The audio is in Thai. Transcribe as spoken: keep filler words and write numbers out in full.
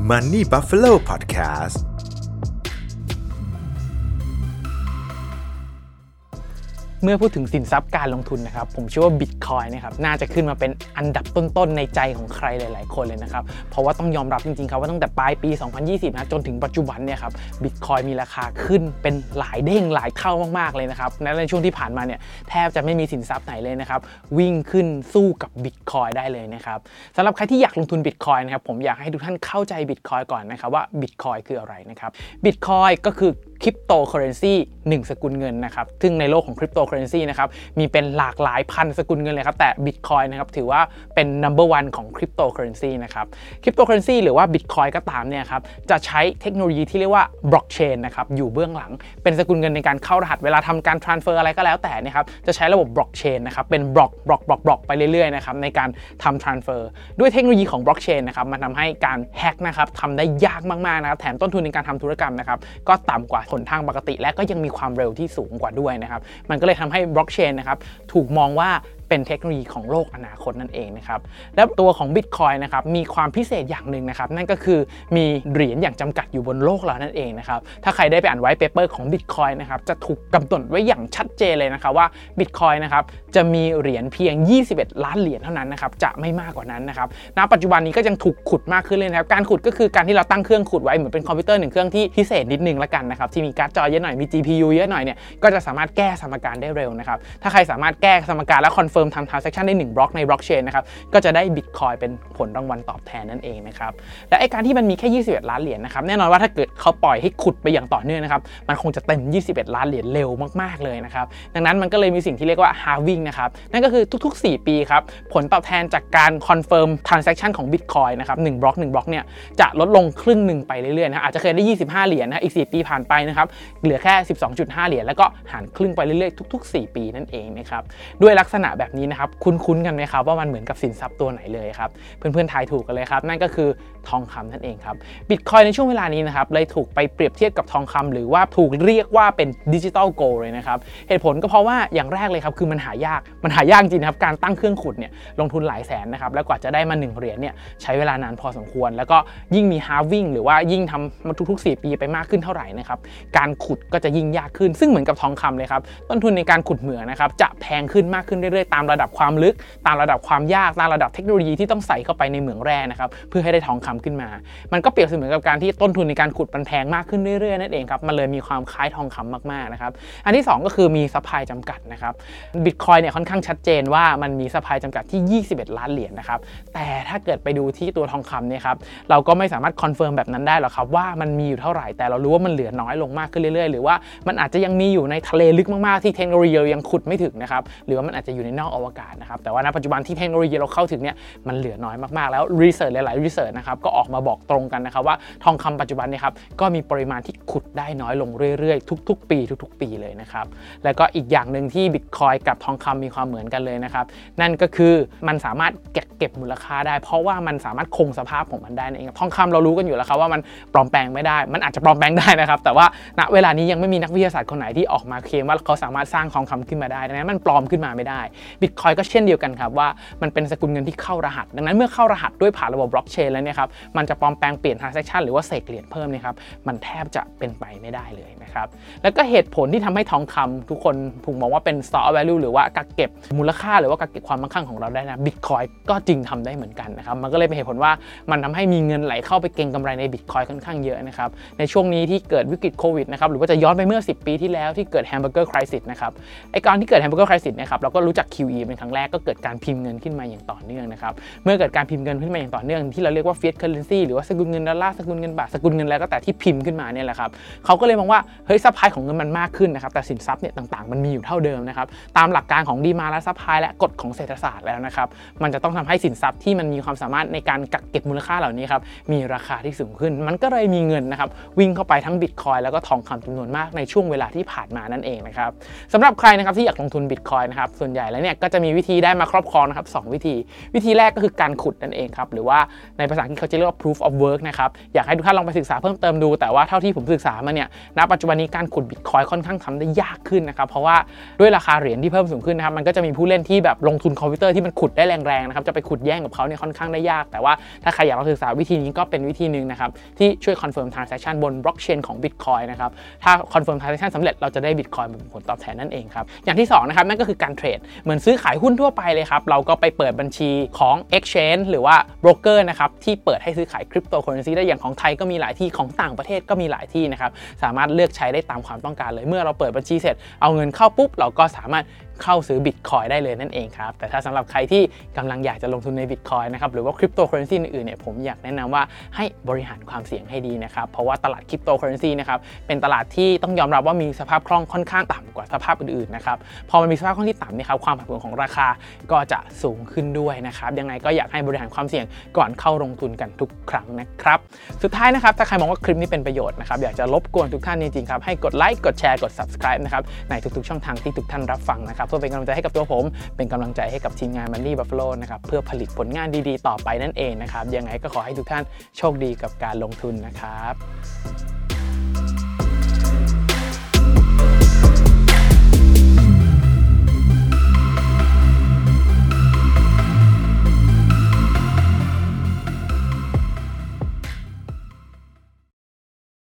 Money Buffalo Podcast เมื่อพูดถึงสินทรัพย์การลงทุนนะครับผมเชื่อว่า Bitcoin นะครับน่าจะขึ้นมาเป็นอันดับต้นๆในใจของใครหลายๆคนเลยนะครับเพราะว่าต้องยอมรับจริงๆครับว่าตั้งแต่ปลายปีสองพันยี่สิบนะจนถึงปัจจุบันเนี่ยครับ Bitcoin มีราคาขึ้นเป็นหลายเด้งหลายเท่ามากๆเลยนะครับในช่วงที่ผ่านมาเนี่ยแทบจะไม่มีสินทรัพย์ไหนเลยนะครับวิ่งขึ้นสู้กับ Bitcoin ได้เลยนะครับสำหรับใครที่อยากลงทุน Bitcoin นะครับผมอยากให้ทุกท่านเข้าใจ Bitcoin ก่อนนะครับว่า Bitcoin คืออะไรนะครับ Bitcoin ก็คือคริปโตเคอเรนซีหนึ่งสกุลเงินนะครับซึ่งในโลกของคริปโตเคอเรนซีนะครับมีเป็นหลากหลายพันสกุลเงินเลยครับแต่ Bitcoin นะครับถือว่าเป็น นัมเบอร์ วัน ของคริปโตเคอเรนซีนะครับคริปโตเคอเรนซีหรือว่า Bitcoin ก็ตามเนี่ยครับจะใช้เทคโนโลยีที่เรียกว่าบล็อกเชนนะครับอยู่เบื้องหลังเป็นสกุลเงินในการเข้ารหัสเวลาทำการ transfer อะไรก็แล้วแต่นะครับจะใช้ระบบบล็อกเชนนะครับเป็นบล็อกบล็อกบล็อกบล็อกไปเรื่อยๆนะครับในการทำ transfer ด้วยเทคโนโลยีของบล็อกเชนนะครับมันทำให้การแฮกนะครับทำได้ยากมากๆนะครับแถมต้นทุนในการทำธุรกรรมนะครับก็ต่ำกว่าหนทางปกติและก็ยังมีความเร็วที่สูงกว่าด้วยนะครับมันก็เลยทำให้บล็อกเชนนะครับถูกมองว่าเป็นเทคโนโลยีของโลกอนาคตนั่นเองนะครับและตัวของ Bitcoin นะครับมีความพิเศษอย่างหนึ่งนะครับนั่นก็คือมีเหรียญอย่างจำกัดอยู่บนโลกเรานั่นเองนะครับถ้าใครได้ไปอ่านไวท์เปเปอร์ของ Bitcoin นะครับจะถูกกำหนดไว้อย่างชัดเจนเลยนะครับว่า Bitcoin นะครับจะมีเหรียญเพียงยี่สิบเอ็ดล้านเหรียญเท่านั้นนะครับจะไม่มากกว่านั้นนะครับณปัจจุบันนี้ก็ยังถูกขุดมากขึ้นเลยนะครับการขุดก็คือการที่เราตั้งเครื่องขุดไว้เหมือนเป็นคอมพิวเตอร์หนึ่งเครื่องที่พิเศษนิดนึงละกันนะครับที่มีการ์ดจอเยอะหน่อยมี จี พี ยู เยอะหน่อยเนี่ยก็จะสามารถแก้สมการได้เร็วนะครับถ้าใครสามารถแก้สมการและคอนเฟิร์มทำ transactionได้หนึ่งบล็อกในบล็อกเชนนะครับก็จะได้ Bitcoin เป็นผลรางวัลตอบแทนนั่นเองนะครับและไอ้การที่มันมีแค่ยี่สิบเอ็ดล้านเหรียญนะครับแน่นอนว่าถ้าเกิดเขาปล่อยให้ขุดไปอย่างต่อเนื่องนะครับมันคงจะเต็มยี่สิบเอ็ดล้านเหรียญเร็วมากๆเลยนะครับดังนั้นมันก็เลยมีสิ่งที่เรียกว่า halving นะครับนั่นก็คือทุกๆสี่ปีครับผลตอบแทนจากการ confirm transaction ของ Bitcoin นะครับหนึ่งบล็อกหนึ่งบล็อกเนี่ยจะลดลงครึ่งนึงไปเรื่อยๆนะอาจจะเคยได้ยี่สิบห้าเหรียญนะอีกสี่ปีผ่านไปนะครับเหลือแค่ สิบสองจุดห้า เหรียญแล้วก็หารครึ่งไปเรื่อยๆทุกๆสี่ปีนั่นเองนะครับด้วยลักษณะแบบนี้นะครับคุ้นๆกันไหมครับว่ามันเหมือนกับสินทรัพย์ตัวไหนเลยครับเพื่อนๆทายถูกกันเลยครับนั่นก็คือทองคำนั่นเองครับ Bitcoin ในช่วงเวลานี้นะครับเลยถูกไปเปรียบเทียบกับทองคำหรือว่าถูกเรียกว่าเป็นดิจิทัลโกลด์เลยนะครับเหตุผลก็เพราะว่าอย่างแรกเลยครับคือมันหายากมันหายากจริงนะครับการตั้งเครื่องขุดเนี่ยลงทุนหลายแสนนะครับแล้วกว่าจะได้มาหนึ่งเหรียญเนี่ยใช้เวลานานพอสมควรแล้วก็ยิ่งมี halving หรือว่ายิ่งทำมาทุกๆสี่ปีไปมากขึ้นเท่าไหร่นะครับการขุดก็จะยิ่งยากขึ้นซึ่งเหมือนกับทองคำเลยครับต้นทุนในการขุดเหมืองนะครับจะแพงขึ้นมากขึ้นเรื่อยๆตามระดับความลึกตามระดับความยากตามระดับเทคโนโลยีที่ต้องใส่เข้าไปในเหมืองแร่นะครับเพื่อให้ได้ทองคำขึ้นมามันก็เปรียบเสมือนกับการที่ต้นทุนในการขุดมันแพงมากขึ้นเรื่อยๆนั่นเองครับมันเลยมีความคล้ายทองคำมากๆนะครับอันที่สองก็คือมีซัพพลายจำกัดนะครับ Bitcoin เนี่ยค่อนข้างชัดเจนว่ามันมีซัพพลายจำกัดที่ยี่สิบเอ็ดล้านเหรียญนะครับแต่ถ้าเกิดไปดูที่ตัวทองคำเนี่ยครับเราก็ไม่สามารถคอนเฟิร์มแบบนั้นได้หรอกครับว่ามันมีอยู่เท่าไหร่แต่เรารู้ว่ามันเหลือน้อยลงมากขึ้นเรื่อยๆหรือว่ามันอาจจะยังมีอยู่ในทะเลลึกมากๆที่เทคโนโลยียังขุดไม่ถึงนะครับหรือว่ามันอาจจะอยู่ในนอกอวกาศนะครับแต่ว่าณปัจจุบันที่เทคโนโลยีเราเข้าถึงเนี่ยมันเหลือน้อยมากๆแล้วรีเสิร์ชหลายๆรีเสิร์ชนะครับก็ออกมาบอกตรงกันนะครับว่าทองคำปัจจุบันเนี่ยครับก็มีปริมาณที่ขุดได้น้อยลงเรื่อยๆทุกๆปีทุกๆปีเลยนะครับแล้วก็อีกอย่างนึงที่ Bitcoin กับทองคำมีความเหมือนกันเลยนะครับนั่นก็คือมันสามารถเก็บเก็บมูลค่าได้เพราะว่ามันสามารถคงสภาพของมันได้นั่นเองทองคำเรารู้กันอยู่แล้วครับว่ามันปลอมแปลงไม่ได้มันอาจจะปลอมแปลงได้นะครับแต่ว่าณเวลานี้ยังไม่มีนักวิทยาศาสตร์คนไหนที่ออกมาเคลมว่าเขาสามารถสร้างทองคำขึ้นมาได้ดังนั้นมันปลอมขึ้นมาไม่ได้ Bitcoin ก็เช่นเดียวกันครับว่ามันเป็นสกุลเงินที่เข้ารหัสดังนั้นเมื่อเข้ารหัสด้วยผ่านระบบบล็อกเชนแล้วเนี่ยครับมันจะปลอมแปลงเปลี่ยน transaction หรือว่าเสกเหรียญเพิ่มเนี่ยครับมันแทบจะเป็นไปไม่ได้เลยนะครับแล้วก็เหตุผลที่ทำให้ทองคำทุกคนถูกมองว่าเป็น store of value หรือว่ากักเก็บมูลค่าหรือว่ากักเก็บความมั่งคั่งของเราได้นะ Bitcoin ก็จริงทำได้เหมือนกันนะครับมันก็เลยเป็นเหตุผลว่ามันทำให้มีเงินไหลเข้าไปเก็งกำไรใน Bitcoin ค่อนข้างเยอะนะครับในช่วงนี้ที่เกิดวิกฤตโควิดนะครับหรือว่าจะย้อนไปเมื่อสิบปีที่แล้วที่เกิด Hamburger Crisis นะครับไอ้การที่เกิด Hamburger Crisis นะครับเราก็รู้จัก คิว อี เป็นครั้งแรกก็เกิดการพิมพ์เงินขึ้นมาอย่างต่อเนื่องนะครับเมื่อเกิดการพิมพ์เงินขึ้นมาอย่างต่อเนื่องที่เราเรียกว่า fiat currency หรือว่าสกุลเงินดอลลาร์สกุลเงินบาทสกุลเงินอะไรก็แต่ที่พิมพ์ขึ้นมาเนี่ยแหละครับเขาก็เลยมองว่าเฮ้ยซัพพลายของเงินมันมากขึ้นนะครับแต่สินทรัพย์เนี่ยต่างๆมันมีอยู่เท่าเดิมนะครับตามหลักการของดีมาและซัพพลายและกฎของเศรษฐศาสตร์แล้วนะครับมันจะต้องทำให้สินทรัพย์ที่มันมีความสามารถในการกักเก็บมูลค่าเหล่านี้ครับมีราคาที่สูงขึ้นมันก็เลยมีเงินนะครับวิ่งเข้าไปทั้ง Bitcoin แล้วก็ทองคำจำนวนมากในช่วงเวลาที่ผ่านมานั่นเองนะครับสำหรับใครนะครับที่อยากลงทุน Bitcoin นะครับส่วนใหญ่แล้วเนี่ยก็จะมีวิธีได้มาครอบครองนะครับสองวิธีวิธีแรกก็คือการขุดนั่นเองครับหรือว่าในภาษาอังกฤษเขาจะเรียกว่า proof of work นะครับอยากให้ทุกท่านลองไปศึกษาเพิ่มเติมดูแต่ว่าเท่าที่ผมศึกษามาเนี่ยณปัจจุบันนี้การขุด Bitcoin ค่อนข้างทำได้ยากขึ้นนะครับเพราะว่าด้วยราคาเหรียญที่เพิ่มสูงขึ้นนะครับมันก็จะมีผู้เล่นที่แบบลงทุนคอมพิวเตอร์ที่มันขุดได้แรงๆนะครับจะไปขุดแย่งกับเขาเนี่ยค่อนข้างได้ยากแต่ว่าถ้าใครอยากลองศึกษาวิธีนี้ก็เป็นวิธีนึงนะครับที่ช่วย confirm transaction บน blockchain ของ Bitcoin นะครับถ้า confirm transaction สำเร็จเราจะได้ Bitcoin เป็นผลตอบแทนนั่นเองครับอย่างที่สองนะครับนั่นก็คือการเทรดเหมือนซื้อขายหุ้นทั่วไปเลยครับเราก็ไปเปิดบัญชีของ exchange หรือว่า broker นะครับที่เปิดให้ซื้อขาย cryptocurrency ได้อย่างของไทยก็มีหลายที่ของต่างประเทศก็มีหลายที่นะครับสามารถเลือกใช้ได้ตามความต้องการเลยเมื่อเราเปิดบัญชีเสร็จเอาเงินเข้าปุ๊บเราก็สามารถเข้าซื้อ Bitcoin ได้เลยนั่นเองครับแต่ถ้าสำหรับใครที่กำลังอยากจะลงทุนใน Bitcoin นะครับหรือว่า Cryptocurrency อื่นๆเนี่ยผมอยากแนะนำว่าให้บริหารความเสี่ยงให้ดีนะครับเพราะว่าตลาด Cryptocurrency นะครับเป็นตลาดที่ต้องยอมรับว่ามีสภาพคล่องค่อนข้างต่ำกว่าสภาพอื่นๆนะครับพอมันมีสภาพคล่องที่ต่ำเนี่ยครับความผันผวนของราคาก็จะสูงขึ้นด้วยนะครับยังไงก็อยากให้บริหารความเสี่ยงก่อนเข้าลงทุนกันทุกครั้งนะครับสุดท้ายนะครับถ้าใครมองว่าคลิปนี้เป็นประโยชน์นะครับอยากจะรบกวนทุกท่านจริงๆครับให้กดไลค์กดแชร์กด Subscribe นะครับในทุกๆช่องทางที่ทุกท่านรับฟังนะครับเพื่อเป็นกำลังใจให้กับตัวผมเป็นกำลังใจให้กับทีมงาน Money Buffalo นะครับเพื่อผลิตผลงานดีๆต่อไปนั่นเองนะครับยังไงก็ขอให้ทุกท่านโชคดีกับการลงทุนนะครับ